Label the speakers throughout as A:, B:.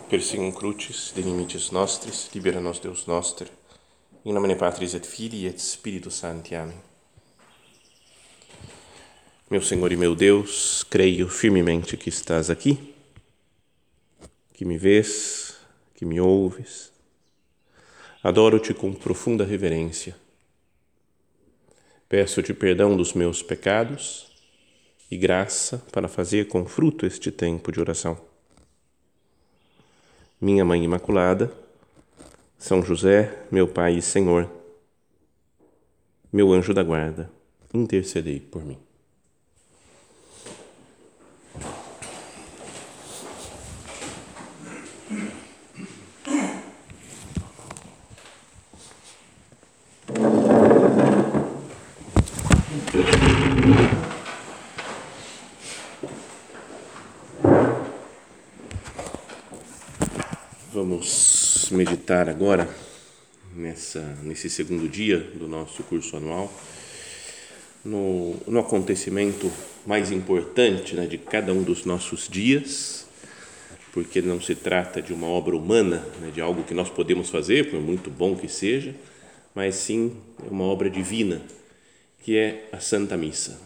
A: Persicum crucis, de limites nostris, libera nos Deus noster, in nomine Patris et Filii et Spiritus Sancti. Amém. Meu Senhor e meu Deus, creio firmemente que estás aqui, que me vês, que me ouves. Adoro-te com profunda reverência. Peço-te perdão dos meus pecados e graça para fazer com fruto este tempo de oração. Minha Mãe Imaculada, São José, meu Pai e Senhor, meu anjo da guarda, intercedei por mim. Vamos meditar agora, nesse segundo dia do nosso curso anual, no acontecimento mais importante, de cada um dos nossos dias, porque não se trata de uma obra humana, de algo que nós podemos fazer, por muito bom que seja, mas sim uma obra divina, que é a Santa Missa.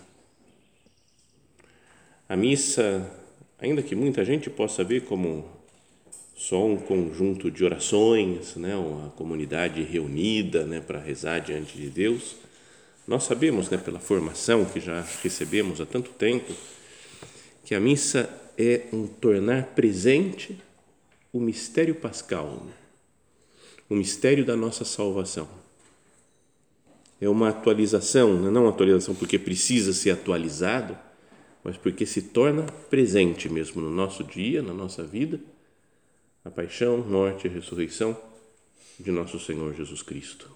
A: A missa, ainda que muita gente possa ver como só um conjunto de orações, uma comunidade reunida, para rezar diante de Deus, nós sabemos, pela formação que já recebemos há tanto tempo, que a missa é um tornar presente o mistério pascal, o mistério da nossa salvação. É uma atualização, não uma atualização porque precisa ser atualizado, mas porque se torna presente mesmo no nosso dia, na nossa vida, a paixão, morte e ressurreição de nosso Senhor Jesus Cristo.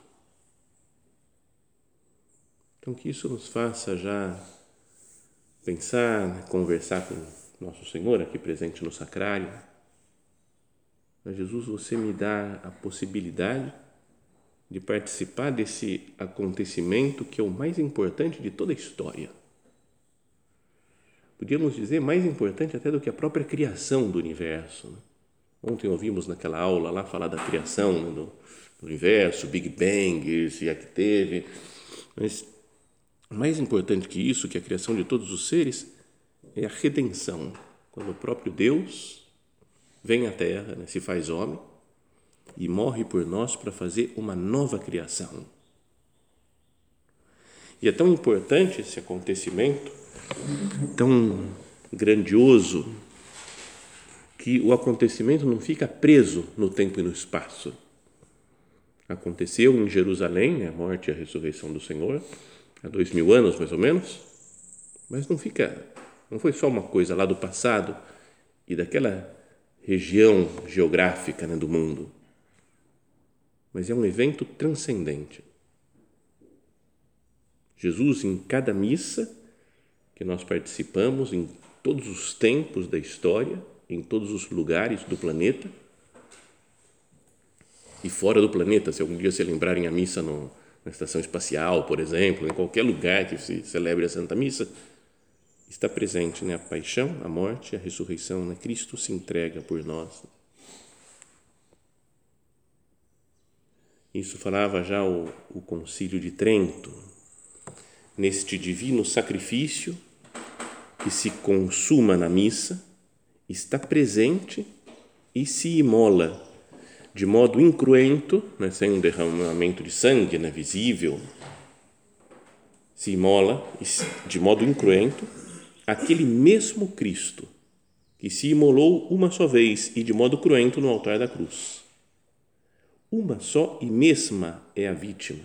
A: Então, que isso nos faça já pensar, conversar com nosso Senhor aqui presente no sacrário. Jesus, você me dá a possibilidade de participar desse acontecimento que é o mais importante de toda a história. Podíamos dizer mais importante até do que a própria criação do universo. Ontem ouvimos naquela aula lá falar da criação do universo, Big Bang, se é que teve, mas mais importante que isso, que a criação de todos os seres, é a redenção, quando o próprio Deus vem à Terra, se faz homem e morre por nós para fazer uma nova criação. E é tão importante esse acontecimento, tão grandioso, que o acontecimento não fica preso no tempo e no espaço. Aconteceu em Jerusalém, a morte e a ressurreição do Senhor, há 2000 anos mais ou menos, mas não foi só uma coisa lá do passado e daquela região geográfica do mundo, mas é um evento transcendente. Jesus, em cada missa que nós participamos, em todos os tempos da história, em todos os lugares do planeta e fora do planeta, se algum dia se lembrarem a missa na estação espacial, por exemplo, em qualquer lugar que se celebre a Santa Missa, está presente a paixão, a morte, a ressurreição, Cristo se entrega por nós. Isso falava já o Concílio de Trento, neste divino sacrifício que se consuma na missa, está presente e se imola de modo incruento, sem um derramamento de sangue visível, se imola de modo incruento aquele mesmo Cristo que se imolou uma só vez e de modo cruento no altar da cruz. Uma só e mesma é a vítima.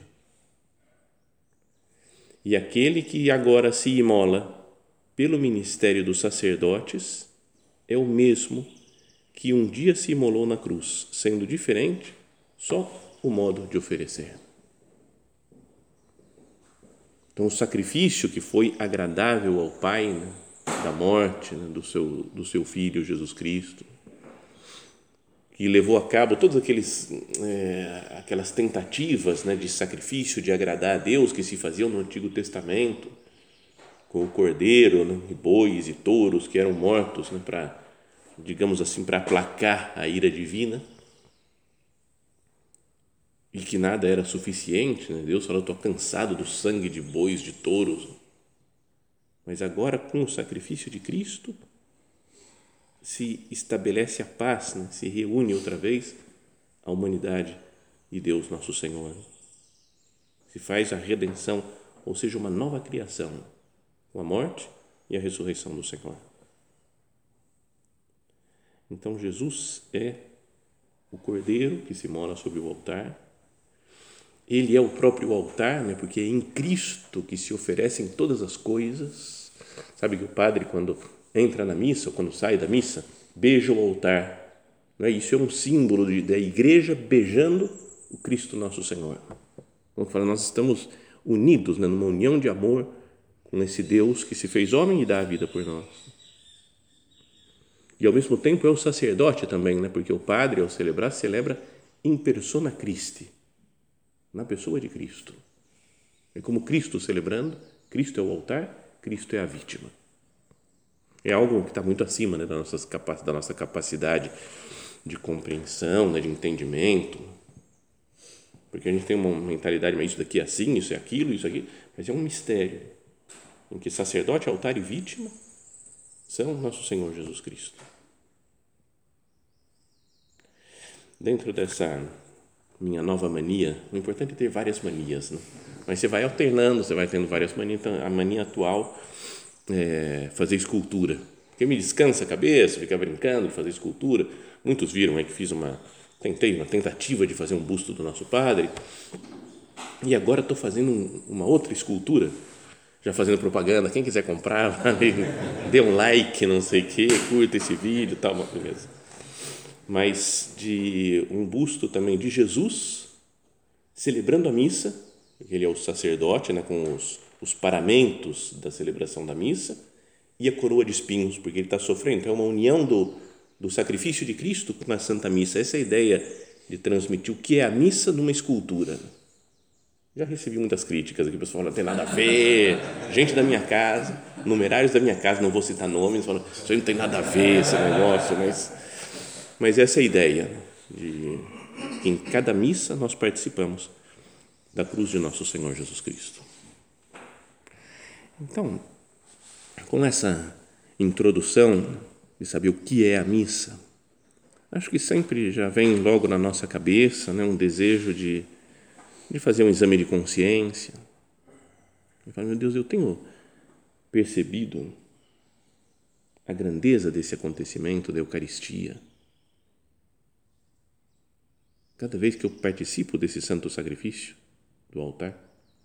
A: E aquele que agora se imola pelo ministério dos sacerdotes é o mesmo que um dia se imolou na cruz, sendo diferente só o modo de oferecer. Então, o sacrifício que foi agradável ao Pai, da morte do seu Filho Jesus Cristo, que levou a cabo todas aquelas tentativas de sacrifício, de agradar a Deus que se faziam no Antigo Testamento, com o cordeiro, e bois e touros que eram mortos para digamos assim, para aplacar a ira divina, e que nada era suficiente, né? Deus falou: estou cansado do sangue de bois, de touros. Mas agora, com o sacrifício de Cristo, se estabelece a paz, né? Se reúne outra vez a humanidade e Deus nosso Senhor. Se faz a redenção, ou seja, uma nova criação, com a morte e a ressurreição do Senhor. Então, Jesus é o Cordeiro que se mora sobre o altar. Ele é o próprio altar, né? Porque é em Cristo que se oferecem todas as coisas. Sabe que o padre, quando entra na missa, ou quando sai da missa, beija o altar. Né? Isso é um símbolo da igreja beijando o Cristo nosso Senhor. Vamos falar, nós estamos unidos, né? Numa união de amor com esse Deus que se fez homem e dá a vida por nós. E ao mesmo tempo é o sacerdote também, né? Porque o padre, ao celebrar, celebra in persona Christi, na pessoa de Cristo. É como Cristo celebrando, Cristo é o altar, Cristo é a vítima. É algo que está muito acima, né, da nossa capacidade de compreensão, né, de entendimento, porque a gente tem uma mentalidade, mas isso daqui é assim, isso é aquilo, isso aqui, mas é um mistério, em que sacerdote, altar e vítima são nosso Senhor Jesus Cristo. Dentro dessa minha nova mania, o importante é ter várias manias, né? Mas você vai alternando, você vai tendo várias manias. Então, a mania atual é fazer escultura, porque me descansa a cabeça, ficar brincando de fazer escultura. Muitos viram aí que tentei uma tentativa de fazer um busto do nosso padre, e agora estou fazendo uma outra escultura, já fazendo propaganda. Quem quiser comprar, dê um like, não sei o que, curta esse vídeo, tal, uma beleza. Mas de um busto também de Jesus celebrando a missa, porque ele é o sacerdote, né, com os paramentos da celebração da missa, e a coroa de espinhos, porque ele está sofrendo. Então é uma união do sacrifício de Cristo com a Santa Missa. Essa é a ideia de transmitir o que é a missa numa escultura. Já recebi muitas críticas aqui, pessoal falando: não tem nada a ver, gente da minha casa, numerários da minha casa, não vou citar nomes, falando: isso aí não tem nada a ver, esse negócio, mas essa é a ideia, de que em cada missa nós participamos da cruz de nosso Senhor Jesus Cristo. Então, com essa introdução de saber o que é a missa, acho que sempre já vem logo na nossa cabeça, né, um desejo de fazer um exame de consciência. Eu falo: meu Deus, eu tenho percebido a grandeza desse acontecimento da Eucaristia. Cada vez que eu participo desse santo sacrifício do altar,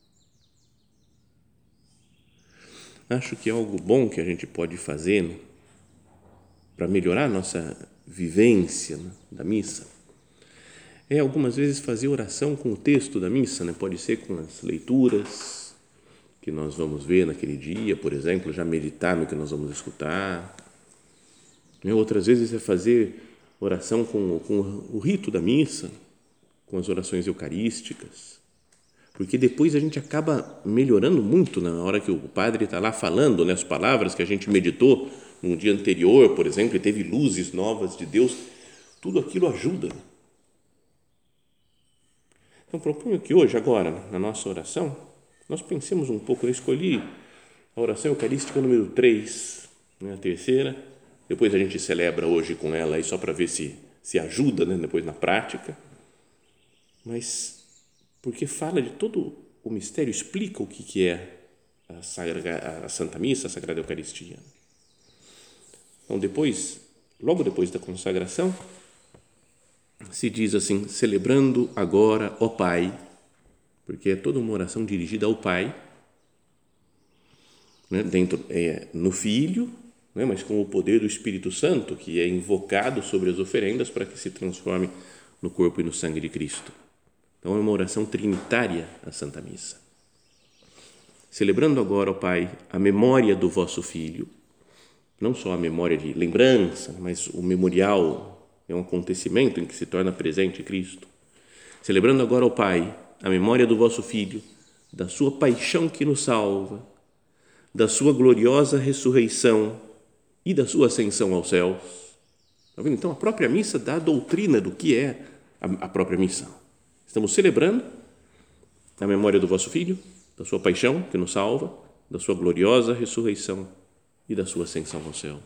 A: acho que é algo bom que a gente pode fazer, né, para melhorar a nossa vivência, né, da missa. É algumas vezes fazer oração com o texto da missa, né? Pode ser com as leituras que nós vamos ver naquele dia, por exemplo, já meditar no que nós vamos escutar. Outras vezes é fazer oração com o rito da missa, com as orações eucarísticas, porque depois a gente acaba melhorando muito na hora que o padre está lá falando, né, as palavras que a gente meditou no dia anterior, por exemplo, e teve luzes novas de Deus, tudo aquilo ajuda. Então, proponho que hoje, agora, na nossa oração, nós pensemos um pouco. Eu escolhi a oração eucarística número 3, né, a terceira, depois a gente celebra hoje com ela, aí só para ver se ajuda, né, depois na prática, mas porque fala de todo o mistério, explica o que é a Santa Missa, a Sagrada Eucaristia. Então, logo depois da consagração, se diz assim: celebrando agora, ó Pai, porque é toda uma oração dirigida ao Pai, né, no Filho, né, mas com o poder do Espírito Santo, que é invocado sobre as oferendas para que se transforme no corpo e no sangue de Cristo. Então é uma oração trinitária a Santa Missa. Celebrando agora, ó Pai, a memória do vosso Filho, não só a memória de lembrança, mas o memorial é um acontecimento em que se torna presente Cristo. Celebrando agora, ó Pai, a memória do vosso Filho, da sua paixão que nos salva, da sua gloriosa ressurreição e da sua ascensão aos céus, Tá vendo? Então, a própria missa dá a doutrina do que é a própria missa. Estamos celebrando a memória do vosso Filho, da sua paixão que nos salva, da sua gloriosa ressurreição e da sua ascensão aos céus.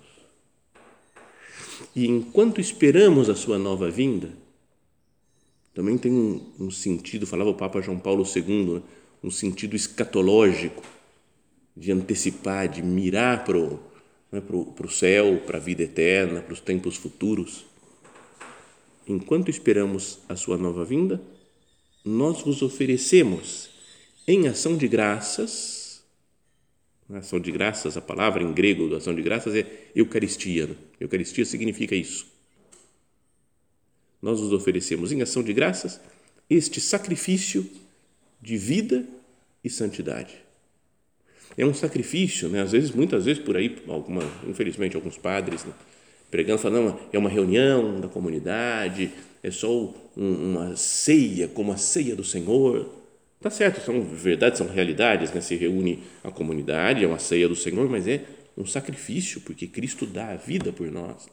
A: E enquanto esperamos a sua nova vinda, também tem um sentido, falava o Papa João Paulo II, né? Um sentido escatológico, de antecipar, de mirar para o céu, para a vida eterna, para os tempos futuros. Enquanto esperamos a sua nova vinda, nós vos oferecemos em ação de graças. Ação de graças, a palavra em grego da ação de graças é Eucaristia. Eucaristia significa isso. Nós vos oferecemos em ação de graças este sacrifício de vida e santidade. É um sacrifício, né? Às vezes, muitas vezes por aí, infelizmente, alguns padres, né, pregando, falando, não, é uma reunião da comunidade, é só uma ceia, como a ceia do Senhor. Tá certo, são verdades, são realidades, né? Se reúne a comunidade, é uma ceia do Senhor, mas é um sacrifício, porque Cristo dá a vida por nós.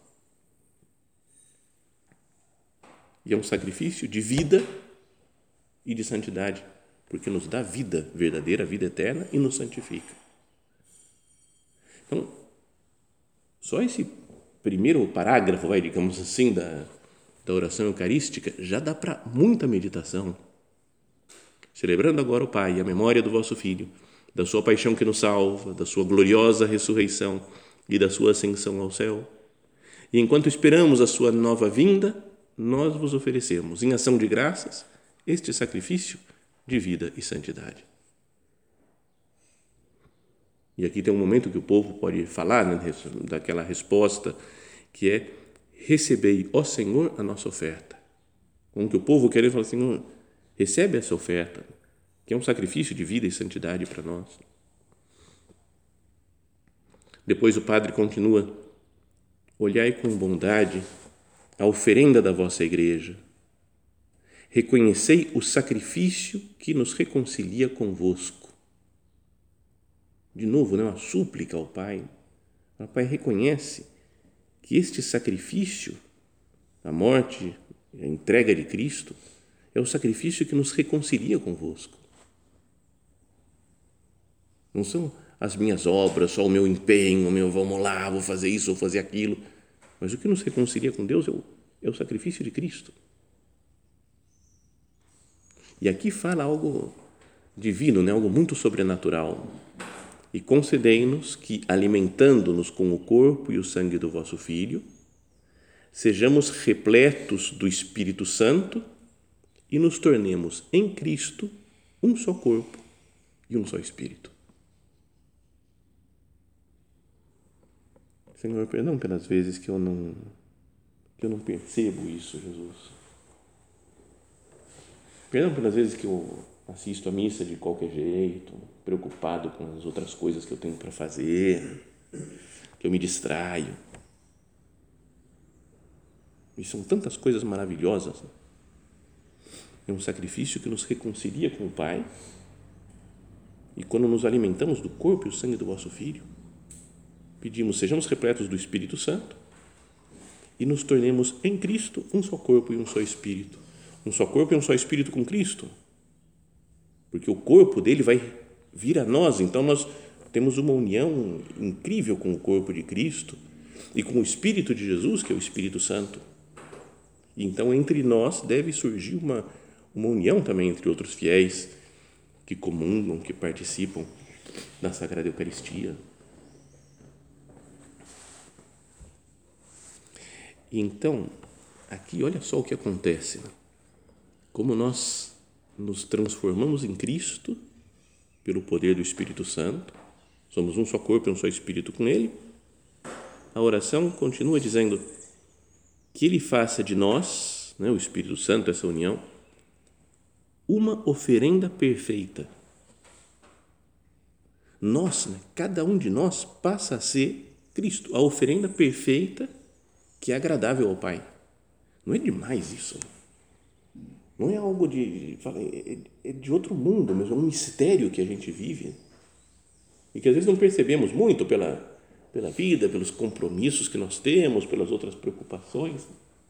A: E é um sacrifício de vida e de santidade, porque nos dá vida verdadeira, vida eterna e nos santifica. Então, só esse primeiro parágrafo, digamos assim, da oração eucarística, já dá para muita meditação. Celebrando agora o Pai, a memória do vosso Filho, da sua paixão que nos salva, da sua gloriosa ressurreição e da sua ascensão ao céu. E enquanto esperamos a sua nova vinda, nós vos oferecemos, em ação de graças, este sacrifício de vida e santidade. E aqui tem um momento que o povo pode falar, né, daquela resposta que é: recebei, ó Senhor, a nossa oferta. Como que o povo quer falar: Senhor, recebe essa oferta, que é um sacrifício de vida e santidade para nós. Depois o padre continua: olhai com bondade a oferenda da vossa igreja. Reconhecei o sacrifício que nos reconcilia convosco. De novo, né, uma súplica ao Pai. O Pai reconhece que este sacrifício, a morte, a entrega de Cristo, é o sacrifício que nos reconcilia convosco. Não são as minhas obras, só o meu empenho, o meu vamos lá, vou fazer isso, vou fazer aquilo. Mas o que nos reconcilia com Deus é o sacrifício de Cristo. E aqui fala algo divino, né? Algo muito sobrenatural. E concedei-nos que, alimentando-nos com o corpo e o sangue do vosso Filho, sejamos repletos do Espírito Santo e nos tornemos em Cristo um só corpo e um só Espírito. Senhor, perdão pelas vezes que eu não percebo isso, Jesus. Perdão pelas vezes que eu assisto a missa de qualquer jeito, preocupado com as outras coisas que eu tenho para fazer, que eu me distraio. E são tantas coisas maravilhosas. É um sacrifício que nos reconcilia com o Pai. E quando nos alimentamos do corpo e o sangue do vosso Filho, pedimos, sejamos repletos do Espírito Santo e nos tornemos em Cristo um só corpo e um só Espírito. Um só corpo e um só Espírito com Cristo. Porque o corpo dele vai vir a nós, então nós temos uma união incrível com o corpo de Cristo e com o Espírito de Jesus, que é o Espírito Santo. E então entre nós deve surgir uma união também entre outros fiéis que comungam, que participam da Sagrada Eucaristia. E então, aqui olha só o que acontece, né? Como nós nos transformamos em Cristo pelo poder do Espírito Santo, somos um só corpo e um só Espírito com Ele. A oração continua dizendo que Ele faça de nós, né, o Espírito Santo, essa união, uma oferenda perfeita. Nós, né, cada um de nós passa a ser Cristo, a oferenda perfeita que é agradável ao Pai. Não é demais isso? Não é algo é de outro mundo, mas é um mistério que a gente vive e que às vezes não percebemos muito pela pela vida, pelos compromissos que nós temos, pelas outras preocupações.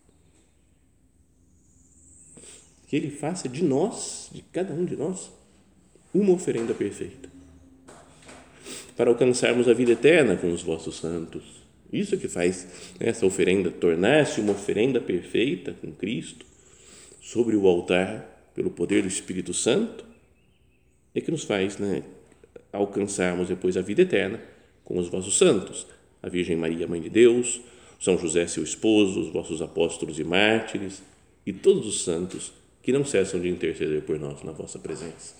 A: Que Ele faça de nós, de cada um de nós, uma oferenda perfeita, para alcançarmos a vida eterna com os vossos santos. Isso que faz essa oferenda tornar-se uma oferenda perfeita com Cristo, sobre o altar, pelo poder do Espírito Santo, é que nos faz alcançarmos depois a vida eterna com os vossos santos, a Virgem Maria, Mãe de Deus, São José, seu esposo, os vossos apóstolos e mártires, e todos os santos que não cessam de interceder por nós na vossa presença.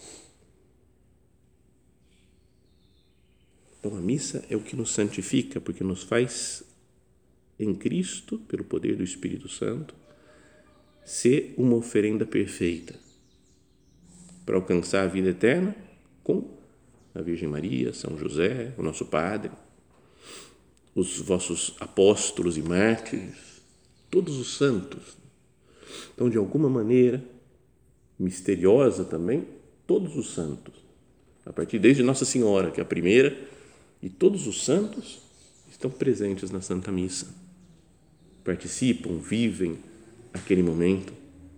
A: Então, a missa é o que nos santifica, porque nos faz, em Cristo, pelo poder do Espírito Santo, ser uma oferenda perfeita para alcançar a vida eterna com a Virgem Maria, São José, o nosso Padre, os vossos apóstolos e mártires, todos os santos. Então, de alguma maneira, misteriosa também, todos os santos, a partir desde Nossa Senhora, que é a primeira, e todos os santos estão presentes na Santa Missa, participam, vivem aquele momento.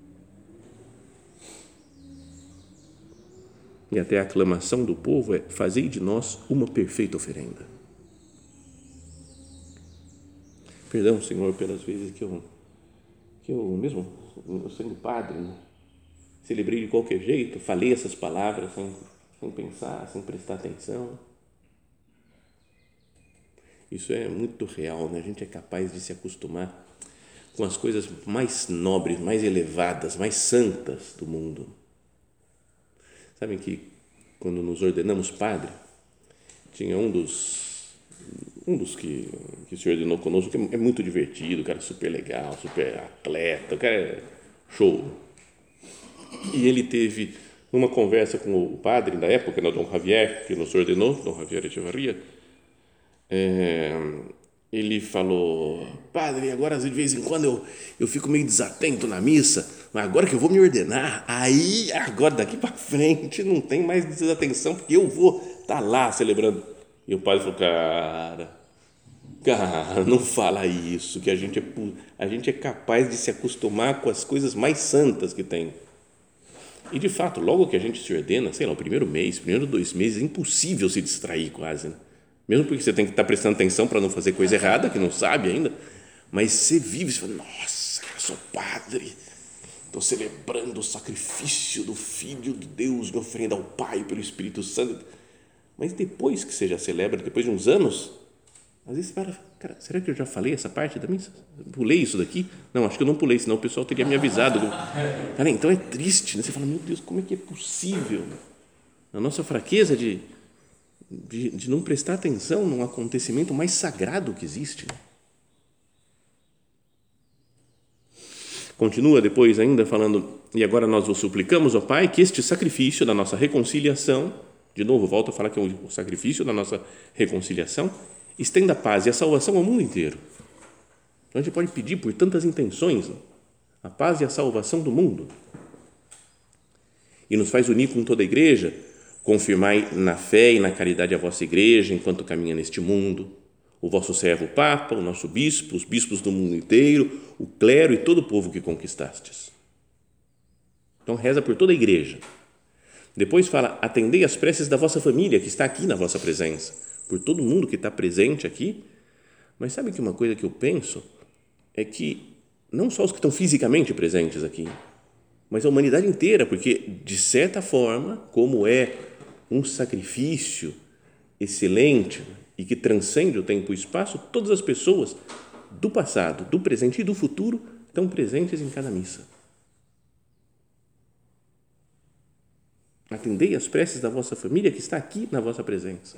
A: E até a aclamação do povo é: fazei de nós uma perfeita oferenda. Perdão, Senhor, pelas vezes que eu mesmo, sendo padre, celebrei de qualquer jeito, falei essas palavras sem pensar, sem prestar atenção. Isso é muito real, né? A gente é capaz de se acostumar com as coisas mais nobres, mais elevadas, mais santas do mundo. Sabem que quando nos ordenamos padre, tinha um dos que se ordenou conosco, que é muito divertido, o cara é super legal, super atleta, o cara é show. E ele teve uma conversa com o padre da época, Dom Javier, que nos ordenou, Dom Javier Echevarria. Ele falou: padre, agora de vez em quando eu fico meio desatento na missa, mas agora que eu vou me ordenar, aí agora daqui para frente não tem mais desatenção, porque eu vou estar lá celebrando. E o padre falou: cara, não fala isso, que a gente é capaz de se acostumar com as coisas mais santas que tem. E de fato, logo que a gente se ordena, sei lá, o primeiro mês, primeiro 2 meses, é impossível se distrair quase, né? Mesmo porque você tem que estar prestando atenção para não fazer coisa errada, que não sabe ainda, mas você vive, você fala: nossa, eu sou padre, estou celebrando o sacrifício do Filho de Deus, me oferenda ao Pai pelo Espírito Santo. Mas depois que você já celebra, depois de uns anos, às vezes você fala: cara, será que eu já falei essa parte da missa? Pulei isso daqui? Não, acho que eu não pulei, senão o pessoal teria me avisado. Cara, então é triste, né? Você fala: meu Deus, como é que é possível a nossa fraqueza de não prestar atenção num acontecimento mais sagrado que existe. Continua depois ainda falando: e agora nós vos suplicamos, ó Pai, que este sacrifício da nossa reconciliação, de novo, volto a falar que é o sacrifício da nossa reconciliação, estenda a paz e a salvação ao mundo inteiro. Então a gente pode pedir por tantas intenções, a paz e a salvação do mundo. E nos faz unir com toda a igreja. Confirmai na fé e na caridade a vossa igreja enquanto caminha neste mundo, o vosso servo Papa, o nosso bispo, os bispos do mundo inteiro, o clero e todo o povo que conquistastes. Então reza por toda a igreja. Depois fala: atendei as preces da vossa família que está aqui na vossa presença, por todo mundo que está presente aqui. Mas sabe que uma coisa que eu penso é que não só os que estão fisicamente presentes aqui, mas a humanidade inteira, porque de certa forma, como é um sacrifício excelente e que transcende o tempo e o espaço, todas as pessoas do passado, do presente e do futuro estão presentes em cada missa. Atendei as preces da vossa família que está aqui na vossa presença.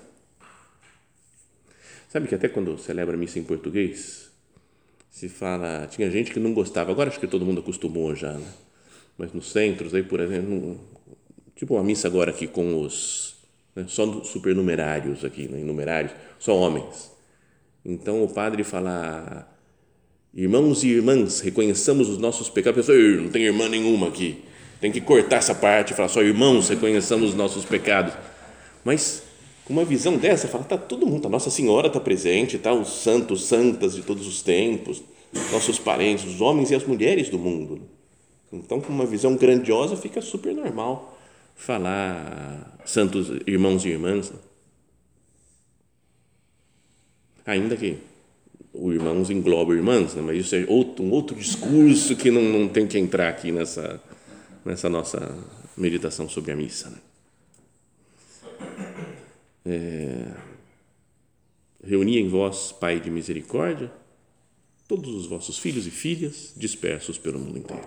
A: Sabe que até quando celebra a missa em português, se fala, tinha gente que não gostava, agora acho que todo mundo acostumou já, né? Mas nos centros, aí, por exemplo, tipo uma missa agora aqui com os, né, só supernumerários aqui, né, numerários, só homens. Então o padre fala: irmãos e irmãs, reconheçamos os nossos pecados. A pessoa: não tem irmã nenhuma aqui, tem que cortar essa parte e falar só: irmãos, reconheçamos os nossos pecados. Mas Com uma visão dessa, fala, tá todo mundo, a Nossa Senhora está presente, tá os santos, santas de todos os tempos, nossos parentes, os homens e as mulheres do mundo. Então, com uma visão grandiosa, fica super normal falar santos irmãos e irmãs. Ainda que o irmãos engloba irmãs, né? Mas isso é um outro discurso que não tem que entrar aqui nessa nossa meditação sobre a missa. Né? Reuni em vós, Pai de misericórdia, todos os vossos filhos e filhas dispersos pelo mundo inteiro.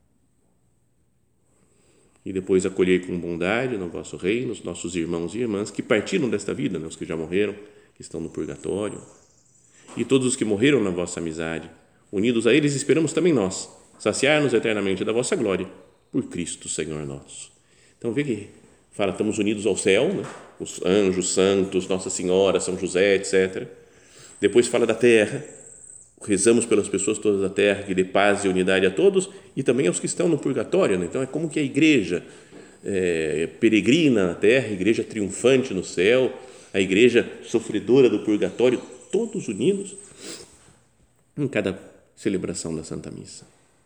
A: E depois acolhei com bondade no vosso reino os nossos irmãos e irmãs que partiram desta vida, né, os que já morreram, que estão no purgatório, e todos os que morreram na vossa amizade. Unidos a eles, esperamos também nós, saciar-nos eternamente da vossa glória, por Cristo, Senhor nosso. Então, vê que fala, estamos unidos ao céu, né? Os anjos, santos, Nossa Senhora, São José, etc. Depois fala da terra, rezamos pelas pessoas todas da terra, que dê paz e unidade a todos, e também aos que estão no purgatório. Né? Então, é como que a igreja peregrina na terra, a igreja triunfante no céu, a igreja sofredora do purgatório, todos unidos em cada celebração da Santa Missa.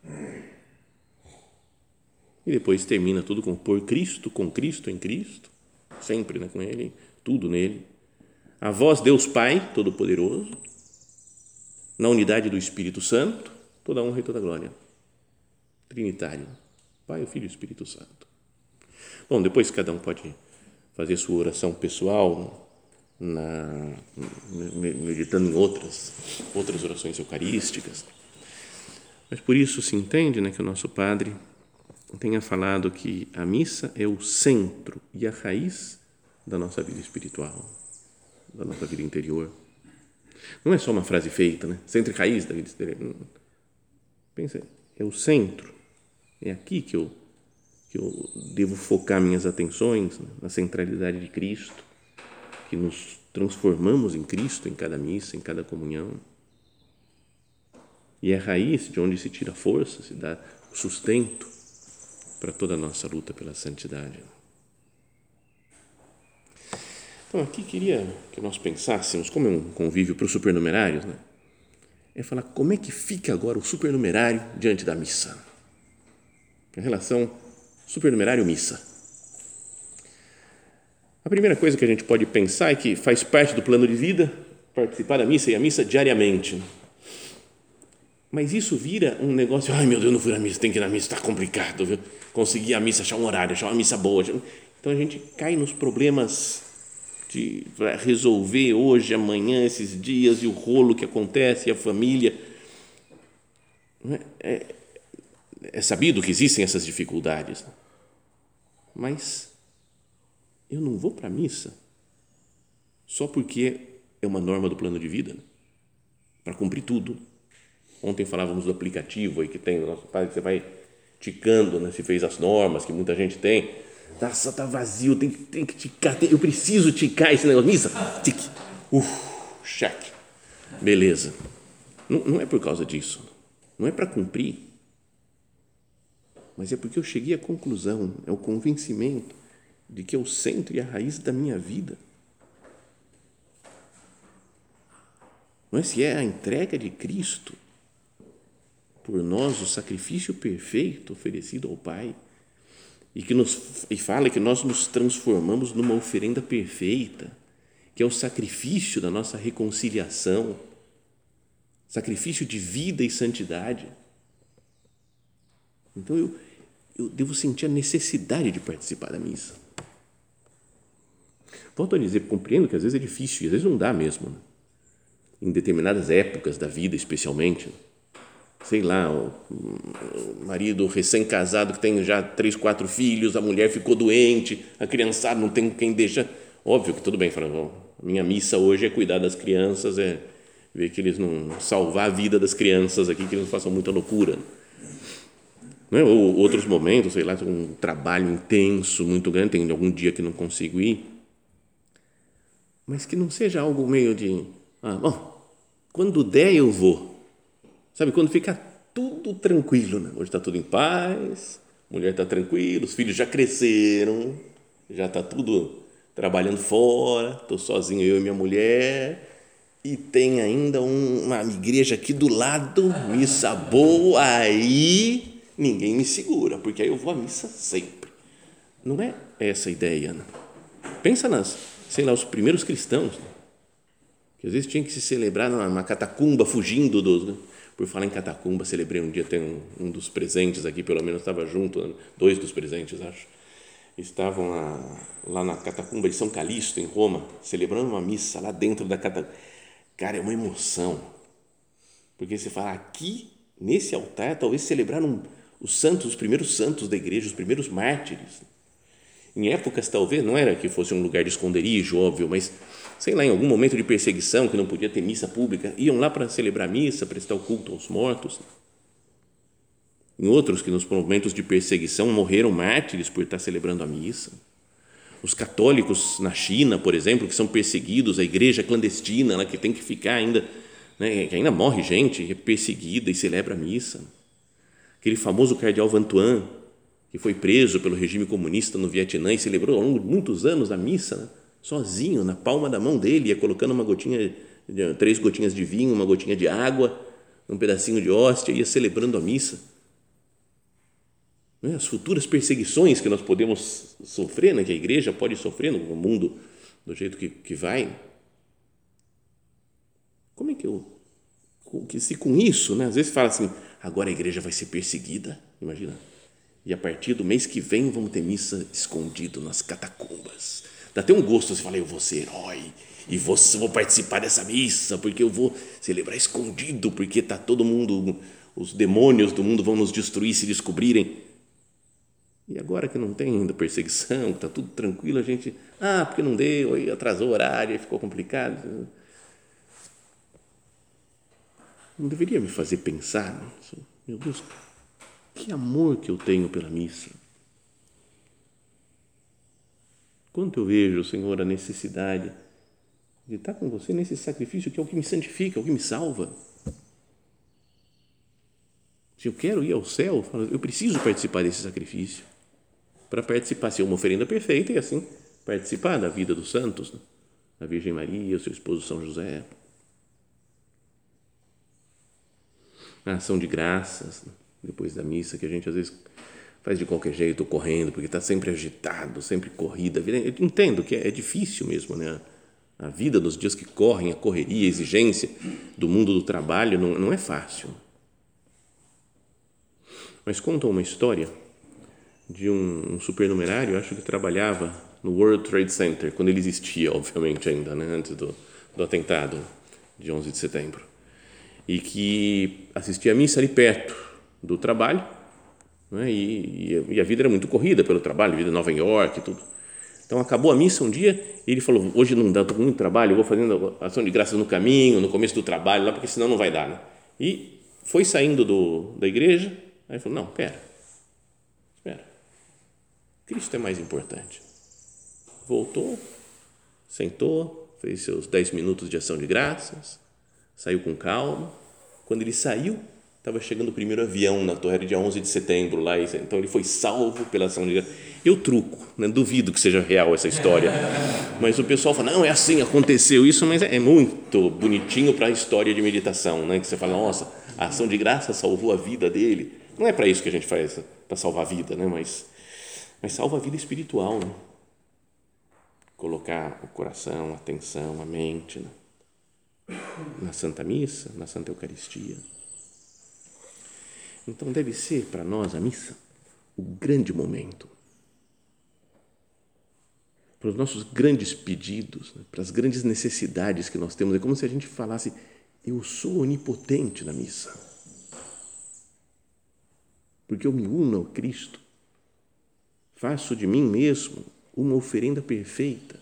A: E depois termina tudo com por Cristo, com Cristo, em Cristo, sempre, né, com Ele, tudo nele. A vós, Deus Pai Todo-Poderoso, na unidade do Espírito Santo, toda honra e toda glória. Trinitário, Pai, o Filho e o Espírito Santo. Bom, depois cada um pode fazer sua oração pessoal, meditando em outras orações eucarísticas. Mas por isso se entende, né, que o nosso Padre tenha falado que a missa é o centro e a raiz da nossa vida espiritual, da nossa vida interior. Não é só uma frase feita, né? Centro e raiz da vida espiritual. Pensa, é o centro. É aqui que eu devo focar minhas atenções, né? Na centralidade de Cristo, que nos transformamos em Cristo em cada missa, em cada comunhão. E é a raiz de onde se tira a força, se dá o sustento para toda a nossa luta pela santidade. Então, aqui queria que nós pensássemos, como é um convívio para os supernumerários, né? É falar como é que fica agora o supernumerário diante da missa. A relação supernumerário-missa. A primeira coisa que a gente pode pensar é que faz parte do plano de vida participar da missa e a missa diariamente. Mas isso vira um negócio, ai meu Deus, não fui na missa, tem que ir na missa, está complicado, viu? Conseguir a missa, achar um horário, achar uma missa boa. Então a gente cai nos problemas de resolver hoje, amanhã, esses dias e o rolo que acontece, e a família. É sabido que existem essas dificuldades, mas eu não vou para a missa só porque é uma norma do plano de vida, né? Para cumprir tudo. Ontem falávamos do aplicativo aí que tem no nosso Padre, que você vai ticando, né? Se fez as normas que muita gente tem. Nossa, tá vazio, tem que ticar, eu preciso ticar esse negócio. Missa, tique, cheque, beleza. Não é por causa disso, não é para cumprir, mas é porque eu cheguei à conclusão, é o convencimento de que é o centro e a raiz da minha vida. Não é se é a entrega de Cristo por nós, o sacrifício perfeito oferecido ao Pai, e fala que nós nos transformamos numa oferenda perfeita, que é o sacrifício da nossa reconciliação, sacrifício de vida e santidade. Então eu devo sentir a necessidade de participar da missa. Volto a dizer, compreendo que às vezes é difícil e às vezes não dá mesmo, né? Em determinadas épocas da vida, especialmente, sei lá, o marido recém-casado que tem já 3, 4 filhos, a mulher ficou doente, a criançada não tem quem deixa. Óbvio que tudo bem, fala, minha missa hoje é cuidar das crianças, é ver que eles não salvar a vida das crianças aqui, que eles não façam muita loucura. Não é? Ou outros momentos, sei lá, um trabalho intenso, muito grande, tem algum dia que não consigo ir, mas que não seja algo meio de, bom, quando der eu vou. Sabe, quando fica tudo tranquilo, né? Hoje está tudo em paz, a mulher está tranquila, os filhos já cresceram, já está tudo trabalhando fora, estou sozinho, eu e minha mulher, e tem ainda uma igreja aqui do lado, missa boa, aí ninguém me segura, porque aí eu vou à missa sempre. Não é essa a ideia, né? Pensa os primeiros cristãos, né? Que às vezes tinha que se celebrar numa catacumba, fugindo dos... Né? Por falar em catacumba, celebrei um dia, tem um dos presentes aqui, pelo menos estava junto, né? 2 dos presentes, acho. Estavam lá na catacumba de São Calixto, em Roma, celebrando uma missa lá dentro da catacumba. Cara, é uma emoção, porque você fala, aqui, nesse altar, talvez celebraram os primeiros santos da igreja, os primeiros mártires. Em épocas, talvez, não era que fosse um lugar de esconderijo, óbvio, mas, sei lá, em algum momento de perseguição, que não podia ter missa pública, iam lá para celebrar missa, prestar o culto aos mortos. Em outros, que nos momentos de perseguição morreram mártires por estar celebrando a missa. Os católicos na China, por exemplo, que são perseguidos, a igreja clandestina, que tem que ficar ainda, né, que ainda morre gente, é perseguida e celebra a missa. Aquele famoso cardeal Vantuan, que foi preso pelo regime comunista no Vietnã e celebrou ao longo de muitos anos a missa, né, sozinho, na palma da mão dele, ia colocando 3 gotinhas de vinho, uma gotinha de água, um pedacinho de hóstia, ia celebrando a missa. As futuras perseguições que nós podemos sofrer, né, que a igreja pode sofrer no mundo do jeito que vai. Como é que se com isso, né, às vezes fala assim, agora a igreja vai ser perseguida, imagina, e a partir do mês que vem vamos ter missa escondido nas catacumbas. Dá até um gosto, você fala, eu vou ser herói e vou participar dessa missa, porque eu vou celebrar escondido, porque está todo mundo, os demônios do mundo vão nos destruir se descobrirem. E agora que não tem ainda perseguição, está tudo tranquilo, a gente, porque não deu, aí atrasou o horário, aí ficou complicado. Não deveria me fazer pensar, não? Meu Deus, que amor que eu tenho pela missa. Quanto eu vejo, Senhor, a necessidade de estar com você nesse sacrifício que é o que me santifica, é o que me salva. Se eu quero ir ao céu, eu preciso participar desse sacrifício. Para participar, ser uma oferenda perfeita e assim participar da vida dos santos, né? A Virgem Maria, o seu esposo São José. A ação de graças, né? Depois da missa, que a gente às vezes faz de qualquer jeito, correndo, porque está sempre agitado, sempre corrida. Eu entendo que é difícil mesmo, né? A vida nos dias que correm, a correria, a exigência do mundo do trabalho não é fácil. Mas conta uma história de um supernumerário, acho que trabalhava no World Trade Center, quando ele existia, obviamente, ainda, né, antes do atentado de 11 de setembro, e que assistia a missa ali perto do trabalho, né, e a vida era muito corrida pelo trabalho, vida em Nova York e tudo. Então, acabou a missa um dia e ele falou, hoje não dá, estou com muito trabalho, eu vou fazendo ação de graças no caminho, no começo do trabalho, lá, porque senão não vai dar, né? E foi saindo da igreja, aí falou, não, espera, Cristo é mais importante. Voltou, sentou, fez seus 10 minutos de ação de graças, saiu com calma. Quando ele saiu, estava chegando o primeiro avião na torre, dia 11 de setembro, lá, então ele foi salvo pela ação de graças. Eu truco, né? Duvido que seja real essa história, mas o pessoal fala, não, é assim, aconteceu isso, mas é muito bonitinho para a história de meditação, né? Que você fala, nossa, a ação de graças salvou a vida dele. Não é para isso que a gente faz, para salvar a vida, né? Mas salva a vida espiritual, né? Colocar o coração, a atenção, a mente, né? Na Santa Missa, na Santa Eucaristia. Então deve ser para nós a missa o grande momento, para os nossos grandes pedidos, né? Para as grandes necessidades que nós temos. É como se a gente falasse, eu sou onipotente na missa, porque eu me uno ao Cristo, faço de mim mesmo uma oferenda perfeita.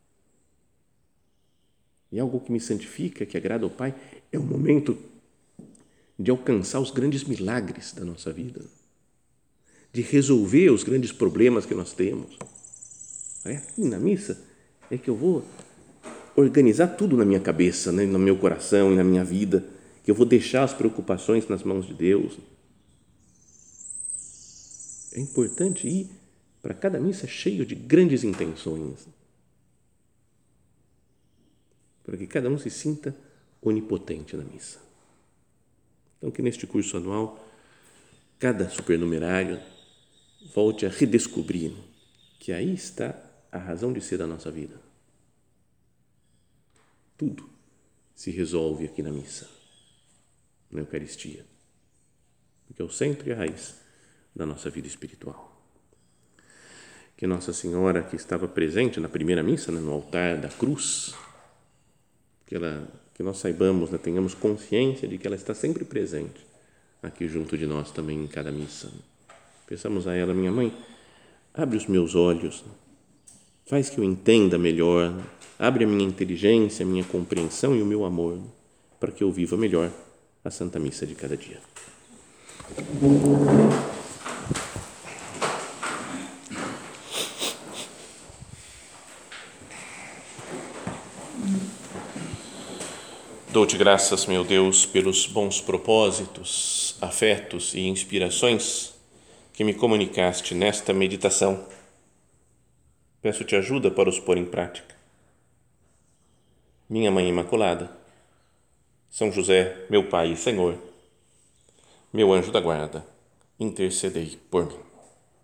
A: E algo que me santifica, que agrada ao Pai, é o momento de alcançar os grandes milagres da nossa vida, de resolver os grandes problemas que nós temos. Aqui na missa é que eu vou organizar tudo na minha cabeça, né, no meu coração e na minha vida, que eu vou deixar as preocupações nas mãos de Deus. É importante ir para cada missa cheio de grandes intenções, para que cada um se sinta onipotente na missa. Então, que neste curso anual, cada supernumerário volte a redescobrir que aí está a razão de ser da nossa vida. Tudo se resolve aqui na missa, na Eucaristia, porque é o centro e a raiz da nossa vida espiritual. Que Nossa Senhora, que estava presente na primeira missa, no altar da cruz, que nós saibamos, tenhamos consciência de que ela está sempre presente aqui junto de nós também em cada missa. Peçamos a ela: minha mãe, abre os meus olhos, faz que eu entenda melhor, abre a minha inteligência, a minha compreensão e o meu amor, para que eu viva melhor a Santa Missa de cada dia. Dou-te graças, meu Deus, pelos bons propósitos, afetos e inspirações que me comunicaste nesta meditação. Peço-te ajuda para os pôr em prática. Minha Mãe Imaculada, São José, meu Pai e Senhor, meu anjo da guarda, intercedei por mim.